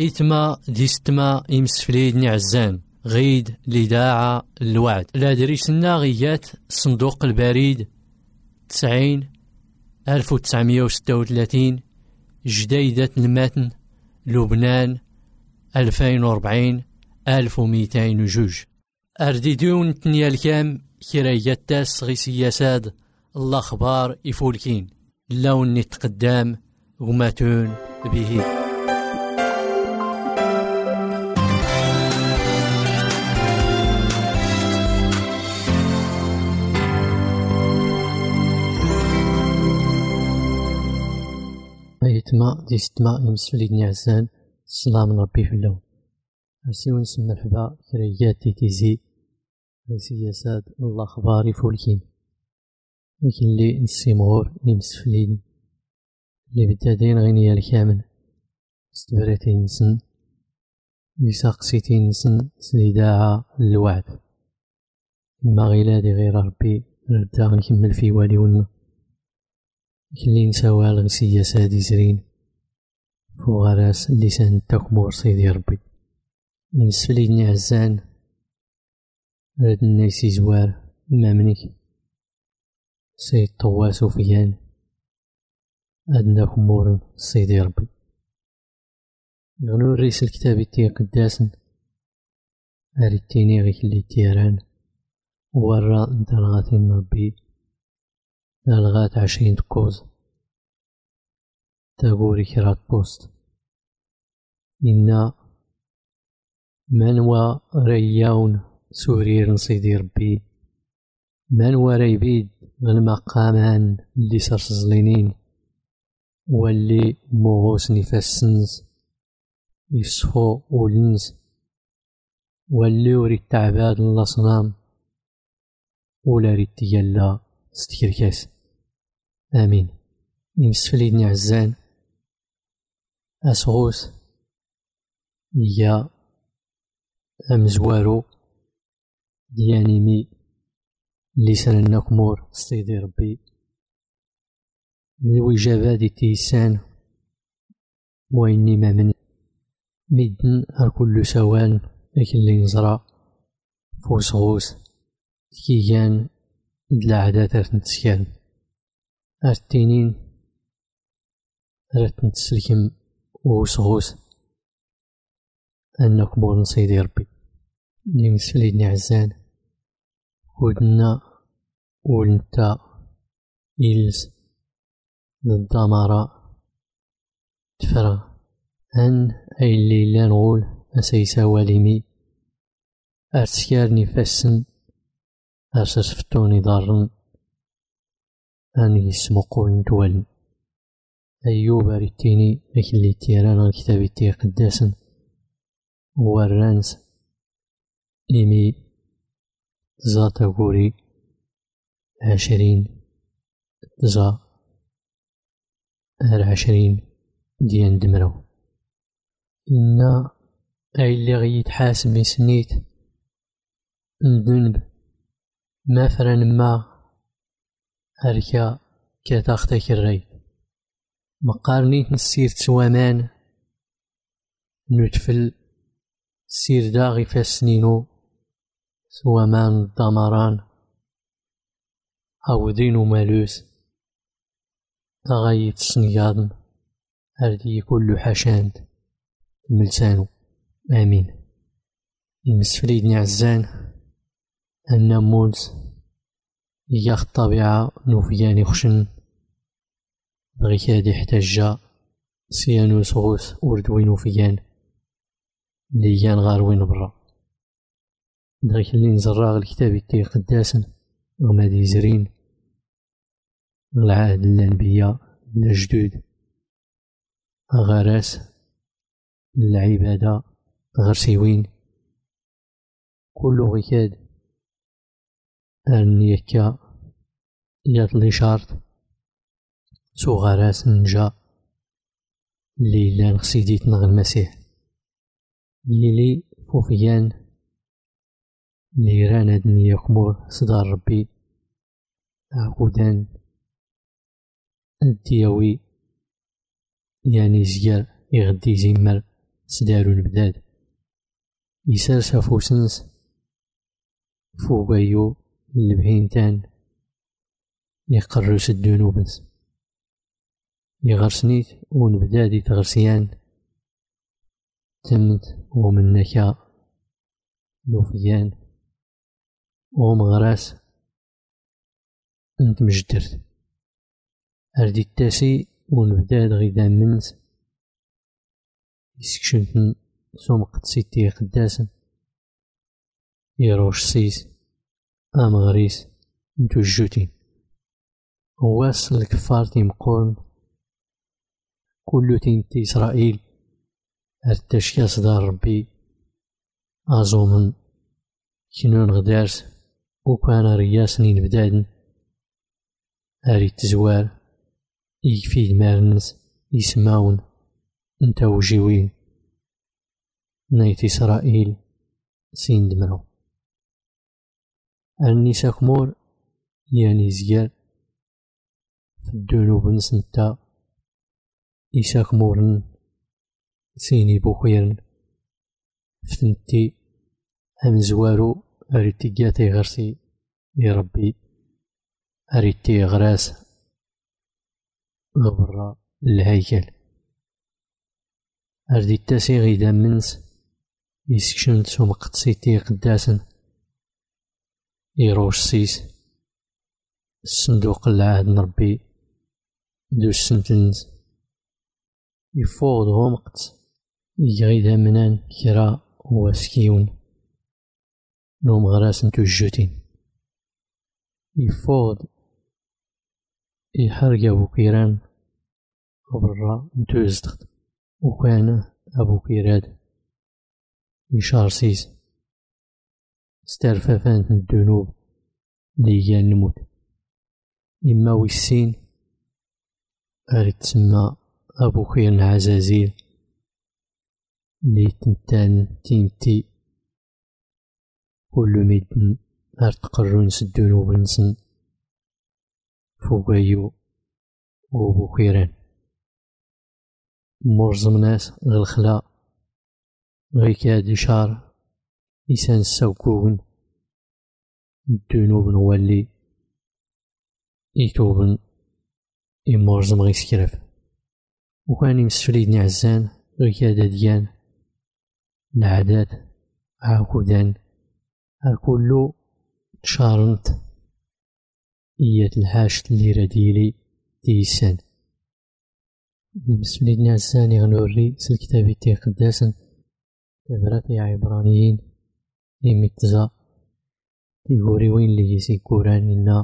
هيتما ديستما يمسفليدني عزان غيد لداعة الوعد لا دريسنا غيات صندوق البريد 90 1936 جديدة المتن لبنان 2040 1202 أرديدون تنيا الكام كرايات تاس غي سياساد الأخبار يفولكين اللون نتقدام وماتون به هيتما ديستما يمسفليدني عزان السلام من ربي في اللون أرسيو نسمى مرحبا كرايات تيزي غي سياسات الأخبار يفولكين لكن اللي نسيمغور اللي مسفلين اللي بدادين غينيا الكامل استبراتين نسن يساقسيتين نسن سليداعة الوعد ما غيلادي غير ربي نبدا غنكمل في والي ولنا اللي نساوال غي سياسات يزرين فوق راس اللسان التكمور سيدي ربي نسفليدني عزان هاد الناس زوار ما منك سيد طوا سفيان أدنى خمور سيدي ربي يغنو الرئيس الكتابي تي قداسن أريتيني غيك اللي تيران ورا انت لغاتين ربي لغات 20 كوز تاقوري كرات بوست إنا منوى رياون سورير سيدي ربي منوى ريبيد المقامان اللي سرسزلينين واللي موغوس نفسنز يصفو ولنز واللي وريد تعباد الأصنام ولا ريد تيالا ستكركاس آمين يمسفليدني عزان أسغوس يا أمزوارو ديانيمي لسان النكمور سيدي ربي الوجابة دي تيسان وإني ما من ميدن أكل سوان لكن اللي نزرع فوسغوس تكيان دلا عادات نتسكان أرتينين رات نتسلكم وسغوس النكمور سيدي ربي يمسفليدني عزان ودنا ولنتا إلز للدمارة تفرغ أن أي اللي لا نقول أسيسا واليمي أرسكار نفسن أرسس فتوني ضارن أن يسمو قول ندوالن أيوب أريتيني لكن اللي تيران الكتاب تي قداسن ورانس إيمي زاتا غوري 20 زا 20 ديان دمرو إنا أي اللي غيتحاسب سنيت الذنب ما فرن ما أركا كتاختك الري مقارنيت نسير تسوامان نتفل سير داغي فاسنينو سوامان الدمران أو دينو مالوس أغايت سنياضن أردي كل حشاند ملسانو آمين يمسفليدني عزان أن مولز ياخ الطبيعة نوفياني خشن بغيكادي احتاجا سيانو سغوس وردوينو فيان ليان غاروين برا دغيك اللي نزراغ الكتاب تي قداسن ومادي زرين العهد الأنبياء الجدود غراس العبادة غرسيوين كل غيكاد أن يكا يطلي شارط سو غراس نجا ليلان خسيديت نغ المسيح ليلي فوفيان نيران هاد يقمر صدار ربي عقودان الدياوي يعني زيار يغدي زمر سدارو البداد يسار سافوسنس فوقايو البهينتان يقرس الدنوبنس يغرسنيت ونبدادي تغرسيان تمت ومنكا لوفيان ومغراس انت مجدرت اردي التاسي ونبداد غيدا منس يسكشنتن ثم قدسيتي قداسن يروش سيس امغريس انتو الجوتين واس الكفار تيمقورن كلو تينتي اسرائيل ارتشكا صدار ربي ازومن كنون غدارس وكان رياسنين بدادن اري تزوار يكفي دمارنس يسماون انت وجيوين نايت اسرائيل سين دمرو النساء كمور يعني زيار في الدنوب نسنتا إساك مورن سيني بوخيرن فتنتي هم زوارو أريتي جاتي غرسي يا ربي أريتي غراس غبرا الهيكل أردي التاسي غيدا منس يسكشنت سوم قدسيتي قداسن يروش سيس الصندوق العهد نربي دو السنتلنز يفوض غمقت يغيدا منان كرا واسكيون نوم غراس نتو الجوتين يفوض يحرق أبو كيران غبرا نتو يزدقت وكان أبو كيراد يشار سيس سترفافانت الدنوب ليا نموت إما ويسين أريد تسمى أبو خير عزازيل لي تنتان تينتي كل ميدن أرتقرون سدونو بنسن فوقايو وأبو خيران مرزم ناس غالخلا غيكاد شار إسان السوكوبن الدنوب نوالي إيتوبن إمورزم غيسكرف وكان يمسفليدني عزان غيكادا ديان العادات عاكودان الكلو تشارنت إيات الحاشت اللي رديلي ديسان يمسفليدني عزان يغنوري سالكتابي تي قداسن تبراتي عبرانيين يمتزا يقوري وين اللي يسي كوران لنا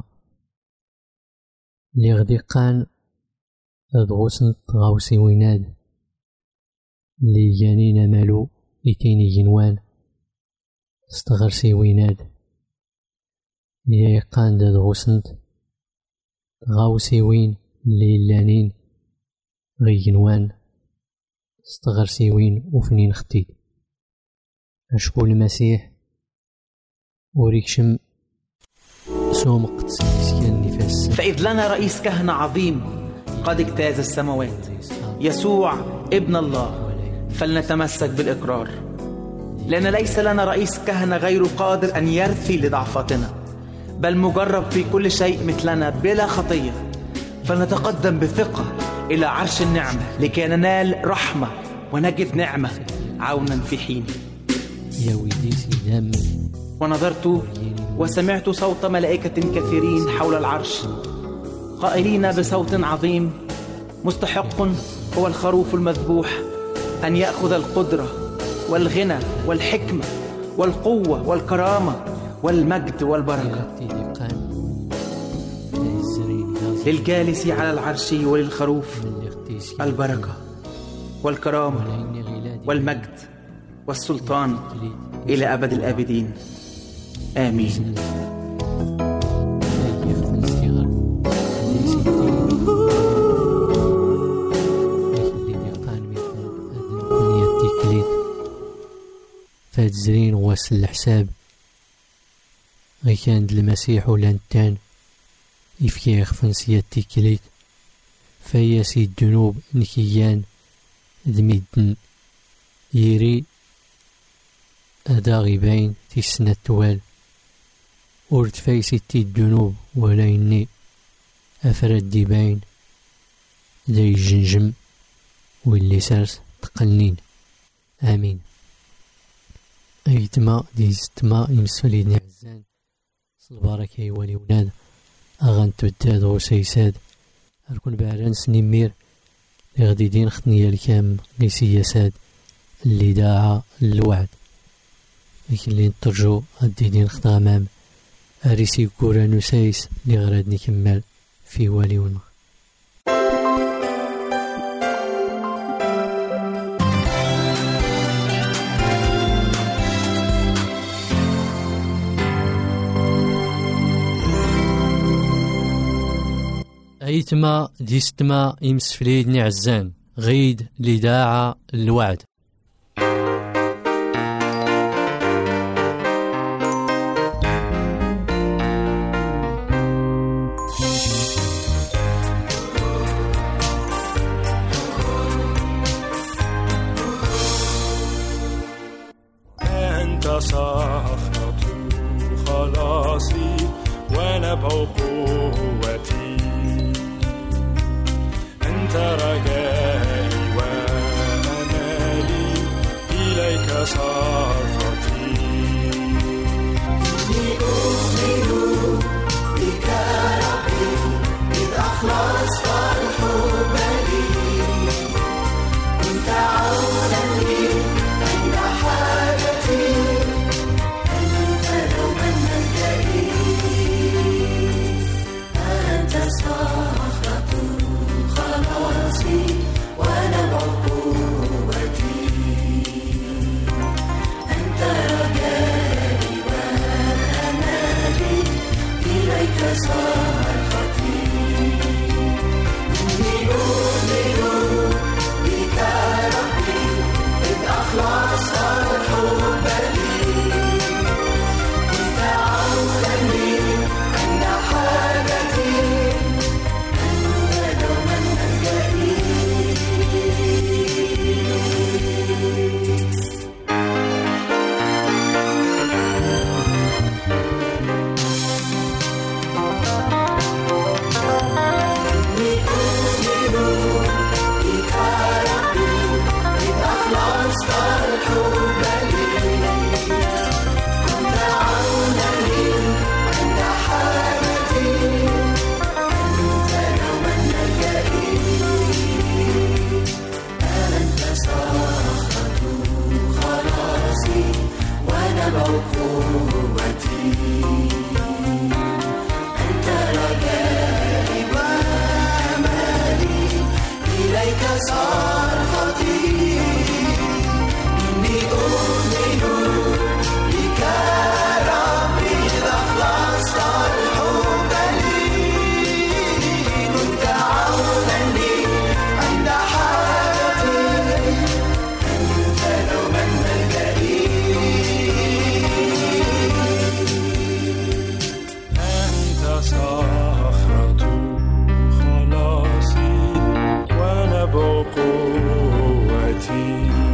اللي غدي قان أدغوسن تغاوسي ويناد اللي جانينا مالو إتيني جنوان استغرسي ويناد اللي قان دغوسن تغاوسي وين اللي لانين غي جنوان استغرسي وين وفنين ختيد أشكو المسيح وريكشم سوم قدس مسكين نفاس. فإذ لنا رئيس كهنة عظيم قد اجتاز السماوات يسوع ابن الله فلنتمسك بالإقرار، لأن ليس لنا رئيس كهنة غير قادر أن يرثي لضعفاتنا، بل مجرب في كل شيء مثلنا بلا خطية، فلنتقدم بثقة إلى عرش النعمة لكي ننال رحمة ونجد نعمة عونا في حين. يا ويدي سيدام. ونظرت وسمعت صوت ملائكة كثيرين حول العرش قائلين بصوت عظيم: مستحق هو الخروف المذبوح أن يأخذ القدرة والغنى والحكمة والقوة والكرامة والمجد والبركة للجالس على العرش وللخروف البركة والكرامة والمجد والسلطان إلى أبد الآبدين. آمين. فاتزرين واس الحساب غي كان المسيح ولانتان يفكي خفن سيادتي كليت فيا سيد الذنوب نكيان دميدن يري أدا غيبين تيسنا التوال ورد فايسي الذنوب ولا إني أفرد ديباين داي الجنجم واللي سارس تقلنين. آمين. أيتما ديزتما يمسفليدني عزان البركة يوالي ولاد أغانتو الداد وسيساد أركون بعران سنمير لغدي دين خطنية الكام لي سياساد اللي داعا الوعد لكن اللي نترجو أدي دين خطا أمام أريسي كورا نسايس لغراد نكمل في والي ونخ. أيتما ديستما يمسفليدني عزان غيد لداعا الوعد. أنت صخرة خلاصي ونبع قوتي، أنت رجائي وأمالي، إليك صرفتي. إني أؤمن بك ربي إذ أخلصت الحب لي، كنت عونا لي عند حاجتي، أنت دوما ملجئي. أنت صخرة خلاصي ونبع قوتي، أنت رجائي وأمالي، إليك صرفتي. إني أؤمن بك ربي إذ أخلصت الحب لي، كنت عونا لي عند حاجتي، أنت دوما ملجئي. إني أؤمن بك ربي إذ أخلصت الحب لي، كنت عونا لي عند حاجتي، أنت دوما ملجئي. أنت صخرة خلاصي ونبع قوتي، أنت رجائي وأمالي، إليك صرفتي. إني أؤمن بك ربي إذ أخلصت الحب لي، كنت عونا لي عند حاجتي، أنت دوما ملجئي. أنت صخرة خلاصي ونبع قوتي.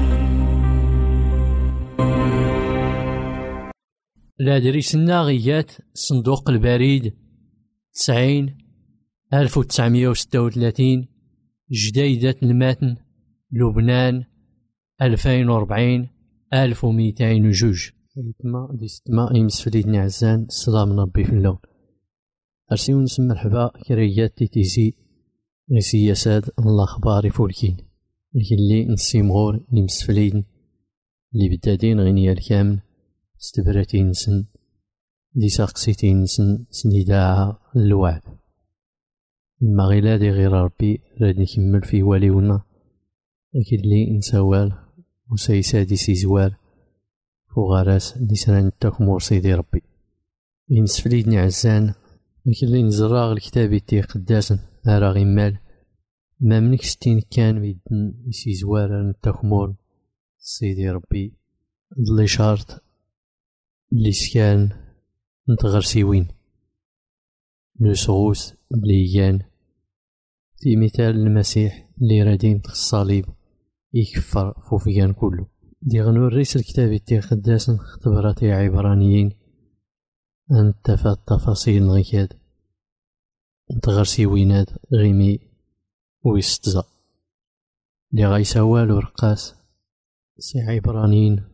لا دريسنا غيات صندوق البريد 90-1936 جديدة المتن لبنان 2040-1202. أيتما ديستما يمسفليدني عزان السلام ربي في اللون. أرسيو نسمى مرحبا كريات تيتيزي غيسي ساد الله خباري فولكين اللي نسيمغور يمسفليدن اللي بدادين غنيا الكامل استبراتي نسن دي ساقسيتي نسن سنداعا الوعد. إما غيلادي غير ربي راد نكمل في واليونا لكن اللي نسوال وسيسادي سيزوال فوغاراس نسران التكمور سيدي ربي يمسفليدني عزان لكن اللي نزراغ الكتاب تي قداسا هارا غيمال ما منك 60 كان بيدن يسيزوال التكمور سيدي ربي ضلي شارت اللي سكان نتغر سيوين نسغوس بليان في مثال المسيح اللي رادين الصليب يكفر فوفيان كله. ديغنو الرئيس الكتابي تي قداس اختباراتي عبرانيين أنت فالتفاصيل غيكاد نتغرسي ويناد غيمي ويستزا لي غايساوال ورقاس سي عبرانيين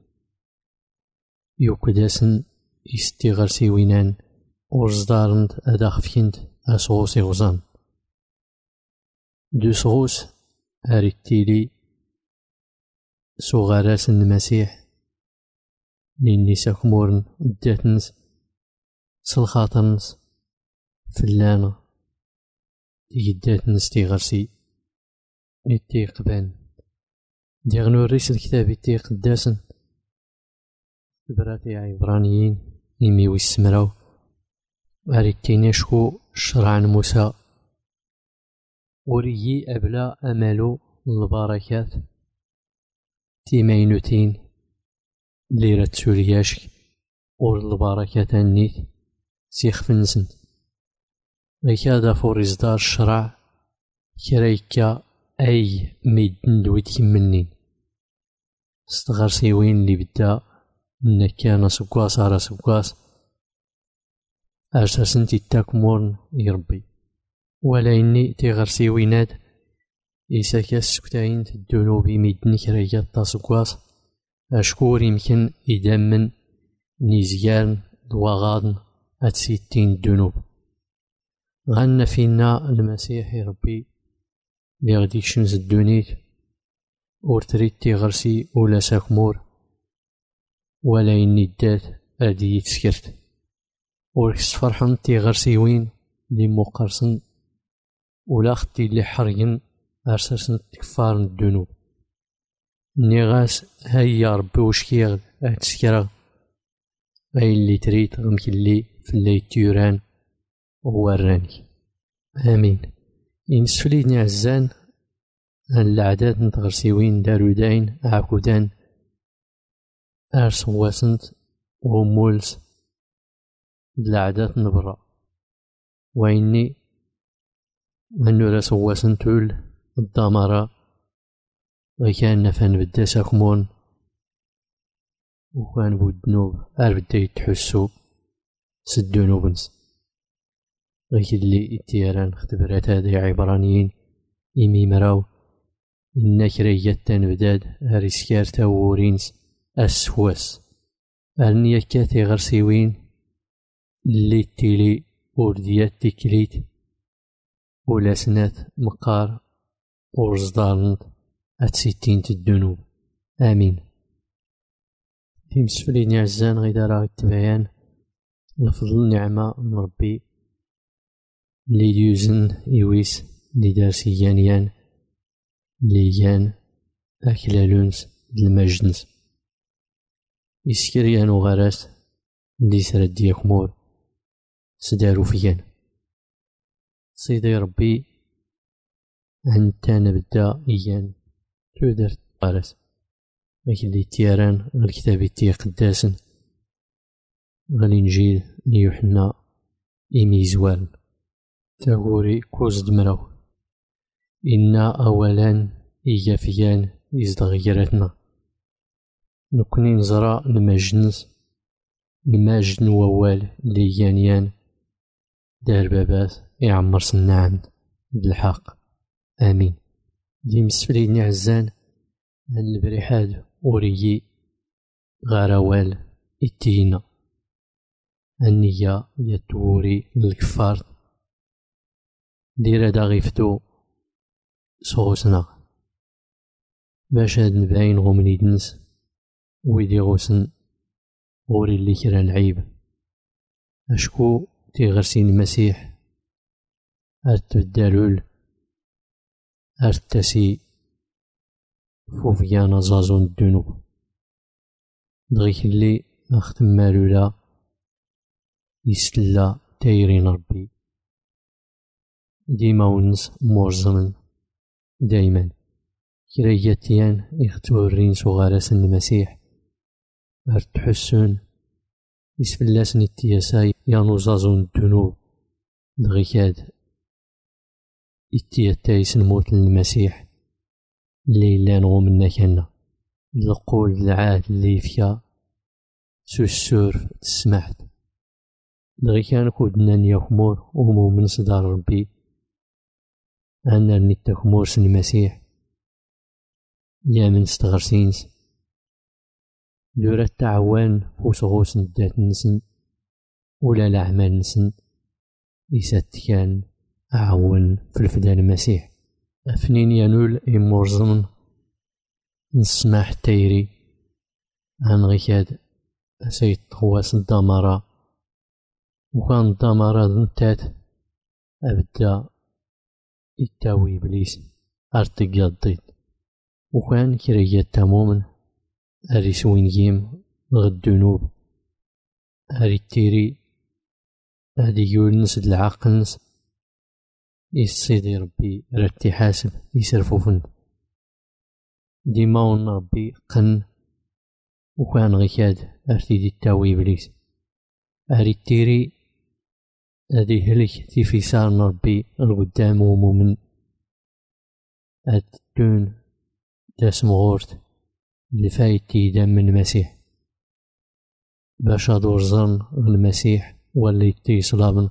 يوكداسن يستي غرسي وينان ورزدارند أداخ فيند أسغوسي غزان دو سغوس أريتيلي سوغاراس المسيح ليني ساكمورن داتنس سلخاطرنس فلان تيداتنس تيغرسي نتيقبان ديغنو الرئيس الكتابي تي قداسن براتي عبرانيين إيمي ويسمراو أريتيني شكو شرعا موسى وريي أبلا أمالو البركات تيمينوتين ليرة سورياشك ور البركات النيت سيخ فنسن غيكادا فور إصدار الشرع كريكا أي ميدن دويت كمنين استغرسي وين اللي بدا نكانا سكواس على سكواس أرساسن تيتاكمورن يربي ولا إني تيغرسي ويناد إساكا سكتاين الدنوبي ميدن كريكا تاسكواس أشكور يمكن إدامن نيزيان دواغادن أتسيتين الدنوب غانا فينا المسيح ربي لي غدي شمس الدونيت ورتريد تيغرسي ولا ساكمور ولا إني دات أدي يتسكرت وركس فرحان تيغرسي وين لي مقرصن ولا ختي لي حرين أرساسن تكفار الدنوب نيغاس هيا ربي وشكيغ أتسكرا أي اللي تريد غمكلي في اللي تيوران ووراني آمين ينسفليدني عزان العادات نتغرسيوين دارو داين عاكودان أرس واسنت ومولس العادات نبرا وإني أنو راس واسنتول الدمارة وكان نفان بدا ساكمون وكان بودنوب أربدا يتحسو سدونوبنس غيك اللي اتياران اختبارات هادي عبرانيين إمي مراو إنك ريتان بداد هاريسكار تاورينس أسواس أرنيا كاتي غرسيوين اللي تيلي ورديات تكليت ولا سنات مقار ورزدارنت أتسيتين الدنوب آمين تيمسفليني عزان غيدا راه التبيان نفضل نعمة من ربي لي يوزن يويس لي دارسي يانيان لي يان أكلالونس المجنس يسكريان وغراس لي سرد ديكمور سدارو فيان سيدي ربي أنت نبدا إيان تودر غراس لكن لي تياران الكتاب تي قداسن الإنجيل ليوحنا إيمي زوال تاغوري كوز دمراو إنا أولا إيافيان إزدغيرتنا نكوني نزرع المجنس الماجن ووال ليانيان دار بابات يعمر سنعم بالحق آمين دي مسفليني عزان البريحاد أوريي غاروال إتينا النية يتوري للكفار ديرا دا غيفتو سغوسنا باش هاد نباين غومني دنس ويدي غوسن غوري اللي كرا العيب أشكو تيغرسين المسيح أرتبدالول أرتسي فوفيانا زازون الدنوب دغيك اللي أختم مالولا يسلا تايرين ربي ديما ونس مورزمن دايما كرياتيان يختورين صغارس المسيح أرتحسون يسفلاسن التياساي يانوزازون الدنوب دغيكاد التياتايس نموت للمسيح اللي لان غومنا كنا القول العاد اللي فيها سوسور تسمحت دغي كان كودنا نيخمور ومؤمن صدار ربي أنا نتخمور سن المسيح يا من استغرسينس دورة تعوان فوسغوس ندات نسن ولا الأعمال نسن إسات كان أعون في الفدان المسيح أفنين ينول إمورزن نسمح تيري عن غيكاد سيد خواس الدمارة وكان الدمارة نتات أبدا يتاوي إبليس أرتقى الضيط وكان كريات تمومن أريس وينجيم غد دنوب أري تيري هادي يقول نسد العقل نس يسيدي ربي رتي حاسب يسرفو فند ديما ون ربي قن وكان غيكاد أرتي دي تاوي إبليس أري تيري هادي هلك في فيسار ربي القدام ومؤمن الدون داس مغورت اللي فايتي دم من المسيح باش هادور زرن المسيح واللي يصلابن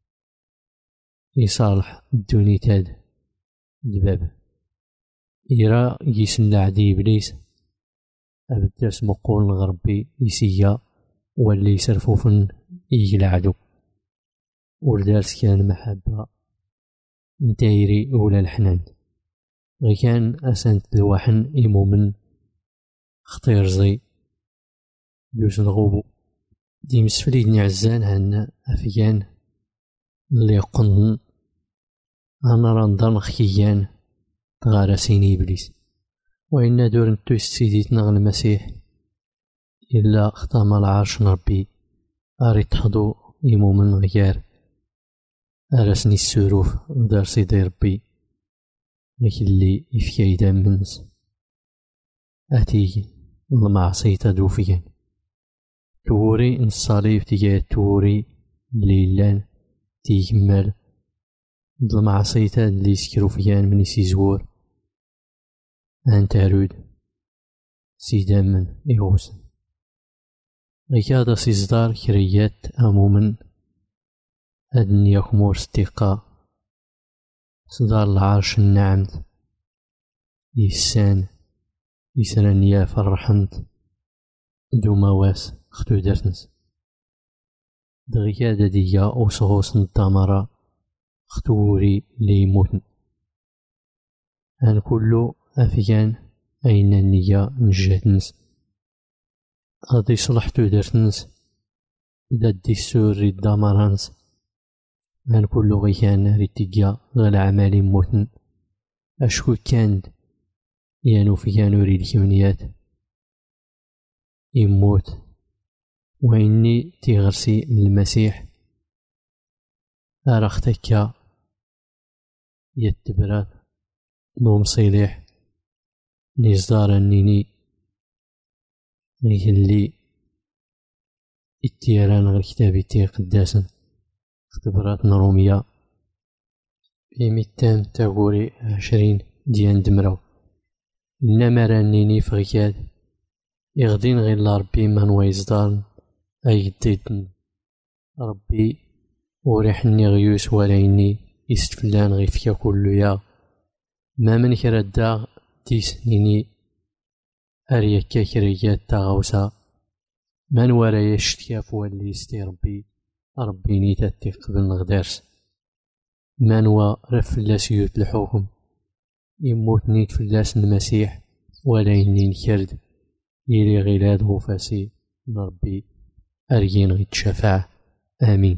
يصالح الدوني تاد دباب يرى يسن عدي إبليس أبدا اسمو قول غربي يسيا واللي يسرفوفن يجلعدو وردارس كان محبة نتايري ولا الحنان غي كان أسانت الوحن إمومن خطير زي يوسن غوبو دي مسفلي نعزان هنا أفيان اللي قنن أنا رندان خيان تغارسيني إبليس وإن دور نتو سيديتنا المسيح إلا ختام العرش ربي أريد تحضو إمومن غيار أرسني السروف دار سيدي ربي لكن اللي يفكي دام منس أتي المعصية دوفيا توري نصاليف تيجي توري ليلان تيجمال المعصية اللي يسكرو فيان من يسيزور أنت رود سيدان من يغوسن غيكادا سيزدار كريات أمومن أدن يخمور استيقا صدار العرش النعمت يسان يا فرحمت دوما واس ختو درتنس دغيا داديا أو صغوص الدمرة ختوري ليموتن أن كلو أفيان أين النية نجهتنس غادي صلحتو درتنس دادي السوري الدمرانس أن كلو غيان ريتيجا غال عمالي موتن أشكو كاند يانو فيانو ريد كمنيات يموت وإني تيغرسي المسيح أرختكا يتبرات نوم صيليح نزدار النيني اللي التيران غير كتابي تي قداسن اختبارات نرومية في 220 ديان دمرو إنما رانيني فغياد يغدين غير لربي من ويزدان أيديدن ربي وريحني غيوس وليني يستفلان غيفيا كلو يا ما من كردا تيسنيني أريكا كريات تاغوسا من ورايا شتياف واللي يستي ربي نيتاتي قبل نغدارس من رفلاس يوت الحكم يموت نيت فلاس المسيح ولا يني نكرد يلي غيلاد غفاسي نربي أريين غيتشفع آمين.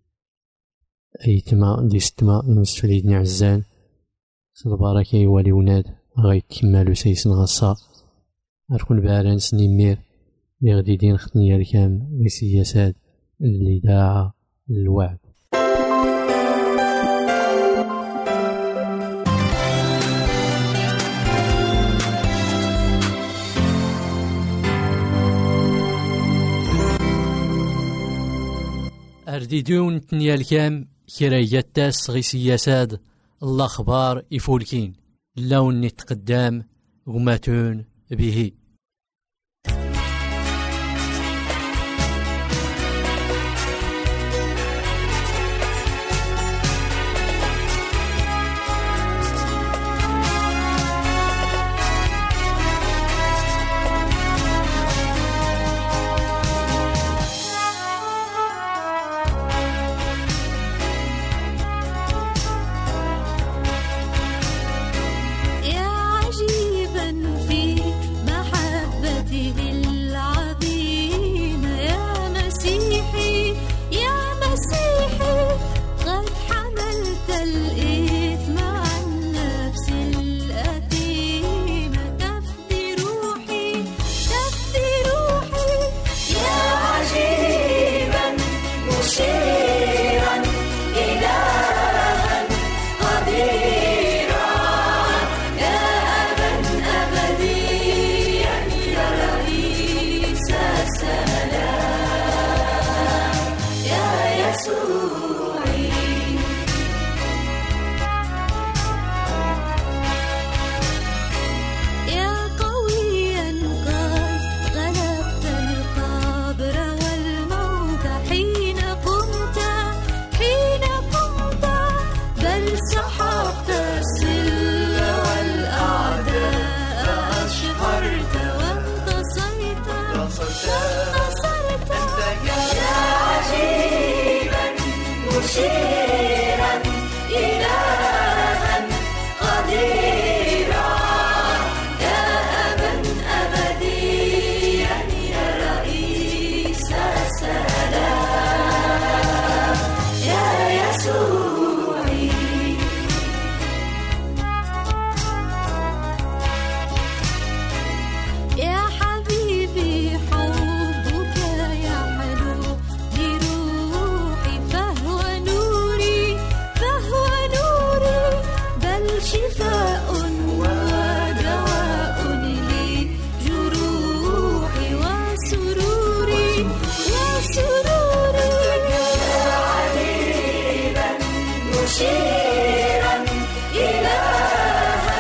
أيتما ديستما المسفليد نعزان سالباركة يوالي وناد غيتكمالو سيسن غصا أركون باران سنيمير لغدي دين ختنيا الكام لسياسات اللي داعا للوعد. أرديدون تنيا الكام كرايات تاس غي سياسات الأخبار يفولكين اللون نتقدام غماتون به مشيرا إلها قديرا يا أبا أبديا يا رئيس السلام يا يسوعي يا حبيبي حبك يعلو بروحي فهو نوري بل شفاء ودواء لجروحي وسروري عليلا مشيرا إلها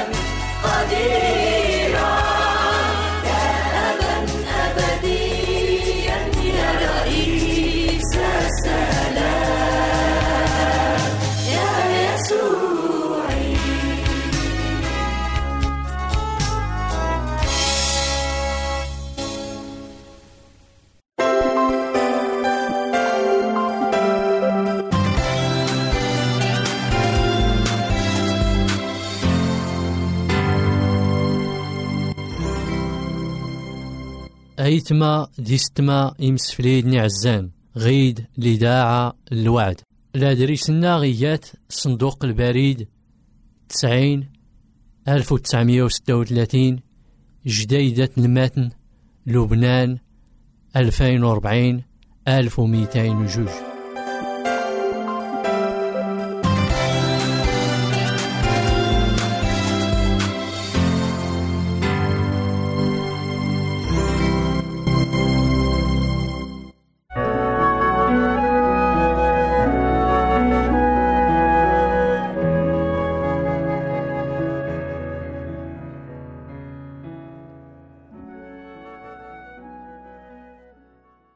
قديرا يا أبا أبديا يا رئيس السلام يا يسوعي أيتما ديستما إمسفليدني عزام غيد لداعة الوعد لا دريسنا غيات صندوق البريد 90-1936 جديدة المتن لبنان 2040-1202